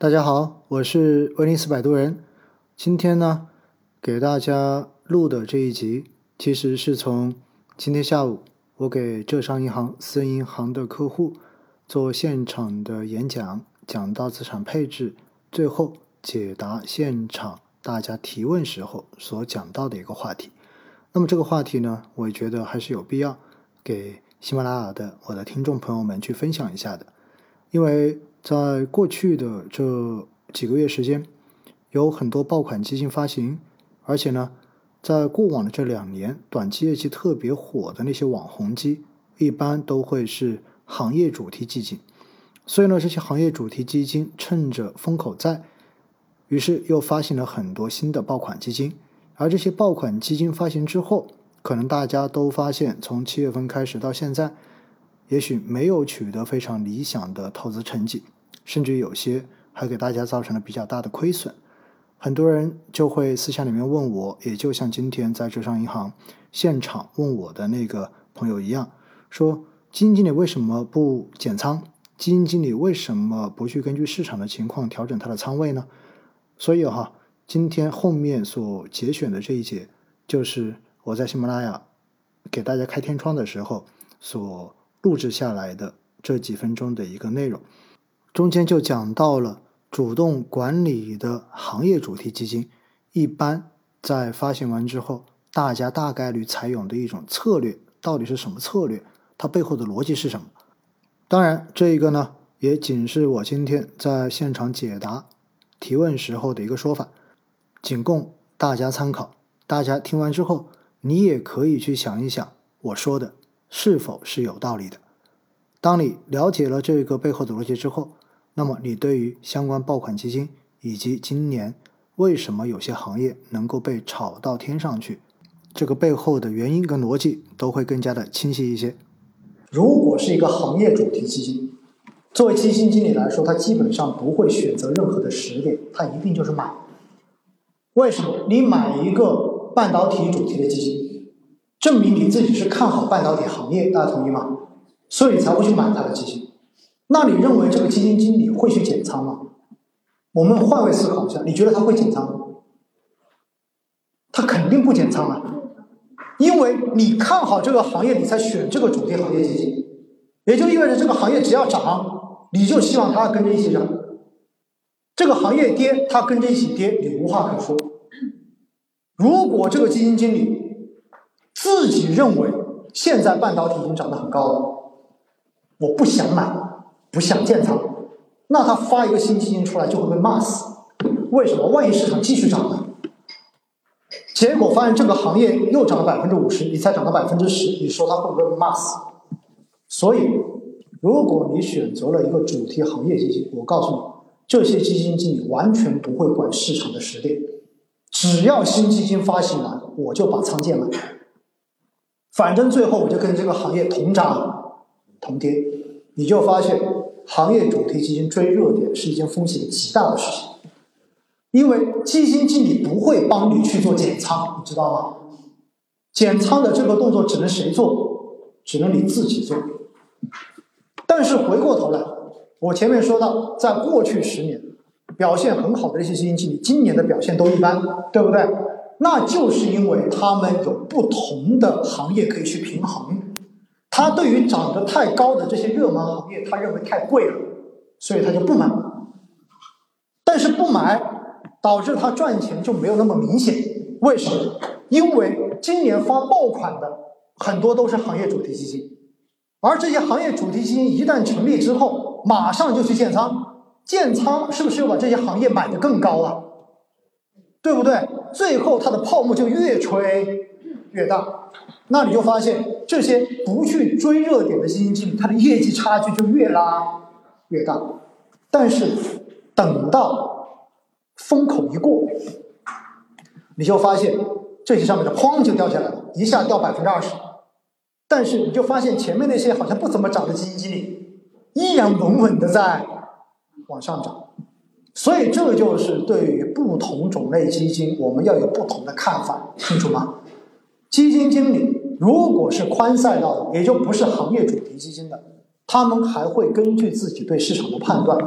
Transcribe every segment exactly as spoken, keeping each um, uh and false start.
大家好，我是威尼斯摆渡人。今天呢，给大家录的这一集，其实是从今天下午我给浙商银行私人银行的客户做现场的演讲，讲到资产配置，最后解答现场大家提问时候所讲到的一个话题。那么这个话题呢，我也觉得还是有必要给喜马拉雅的我的听众朋友们去分享一下的，因为在过去的这几个月时间，有很多爆款基金发行，而且呢，在过往的这两年，短期业绩特别火的那些网红基，一般都会是行业主题基金。所以呢，这些行业主题基金趁着风口在，于是又发行了很多新的爆款基金。而这些爆款基金发行之后，可能大家都发现，从七月份开始到现在，也许没有取得非常理想的投资成绩，甚至有些还给大家造成了比较大的亏损。很多人就会私下里面问我，也就像今天在浙商银行现场问我的那个朋友一样，说基金经理为什么不减仓？基金经理为什么不去根据市场的情况调整他的仓位呢？所以哈，今天后面所节选的这一节，就是我在喜马拉雅给大家开天窗的时候所录制下来的这几分钟的一个内容，中间就讲到了主动管理的行业主题基金，一般在发行完之后，大家大概率采用的一种策略到底是什么策略，它背后的逻辑是什么。当然这一个呢，也仅是我今天在现场解答提问时候的一个说法，仅供大家参考。大家听完之后，你也可以去想一想，我说的是否是有道理的。当你了解了这个背后的逻辑之后，那么你对于相关爆款基金以及今年为什么有些行业能够被炒到天上去，这个背后的原因跟逻辑都会更加的清晰一些。 如果是一个行业主题基金，作为基金经理来说，他基本上不会选择任何的时点，他一定就是买。为什么？你买一个半导体主题的基金，证明你自己是看好半导体行业，大家同意吗？所以你才会去买它的基金。那你认为这个基金经理会去减仓吗？我们换位思考一下，你觉得他会减仓吗？他肯定不减仓啊，因为你看好这个行业，你才选这个主题行业基金，也就意味着这个行业只要涨，你就希望它跟着一起涨；这个行业跌，它跟着一起跌，你无话可说。如果这个基金经理自己认为现在半导体已经涨得很高了，我不想买，不想建仓，那他发一个新基金出来就会被骂死。为什么？万一市场继续涨呢？结果发现这个行业又涨了百分之五十，你才涨了百分之十，你说他会不会被骂死？所以，如果你选择了一个主题行业基金，我告诉你，这些基金经理完全不会管市场的时点，只要新基金发行完，我就把仓建满，反正最后我就跟这个行业同涨同跌。你就发现行业主题基金追热点是一件风险极大的事情，因为基金经理不会帮你去做减仓，你知道吗？减仓的这个动作只能谁做？只能你自己做。但是回过头来，我前面说到，在过去十年表现很好的这些基金经理，今年的表现都一般，对不对？那就是因为他们有不同的行业可以去平衡。他对于涨得太高的这些热门行业，他认为太贵了，所以他就不买。但是不买导致他赚钱就没有那么明显。为什么？因为今年发爆款的很多都是行业主题基金，而这些行业主题基金一旦成立之后，马上就去建仓，建仓是不是又把这些行业买得更高了？对不对？最后它的泡沫就越吹越大。那你就发现这些不去追热点的基金经理，它的业绩差距就越拉越大。但是等到风口一过，你就发现这些上面的哐就掉下来了，一下掉百分之二十。但是你就发现前面那些好像不怎么涨的基金经理，依然稳稳的在往上涨。所以这就是对于不同种类基金，我们要有不同的看法，清楚吗？基金经理如果是宽赛道的，也就不是行业主题基金的，他们还会根据自己对市场的判断，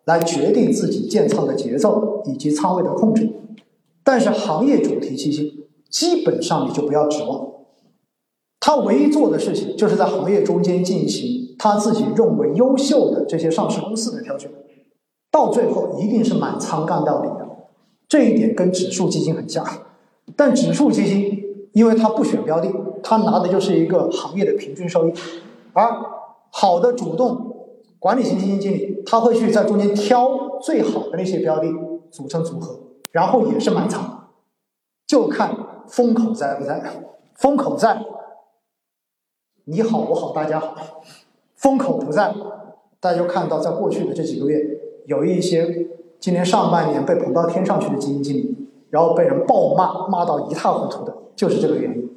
来决定自己建仓的节奏以及仓位的控制。但是行业主题基金基本上你就不要指望，他唯一做的事情就是在行业中间进行他自己认为优秀的这些上市公司的挑选，到最后一定是满仓干到底的。这一点跟指数基金很像，但指数基金因为它不选标的，它拿的就是一个行业的平均收益，而好的主动管理型基金经理他会去在中间挑最好的那些标的组成组合，然后也是满仓，就看风口在不在。风口在，你好我好大家好；风口不在，大家就看到在过去的这几个月有一些今年上半年被捧到天上去的基金经理，然后被人暴骂骂到一塌糊涂的，就是这个原因。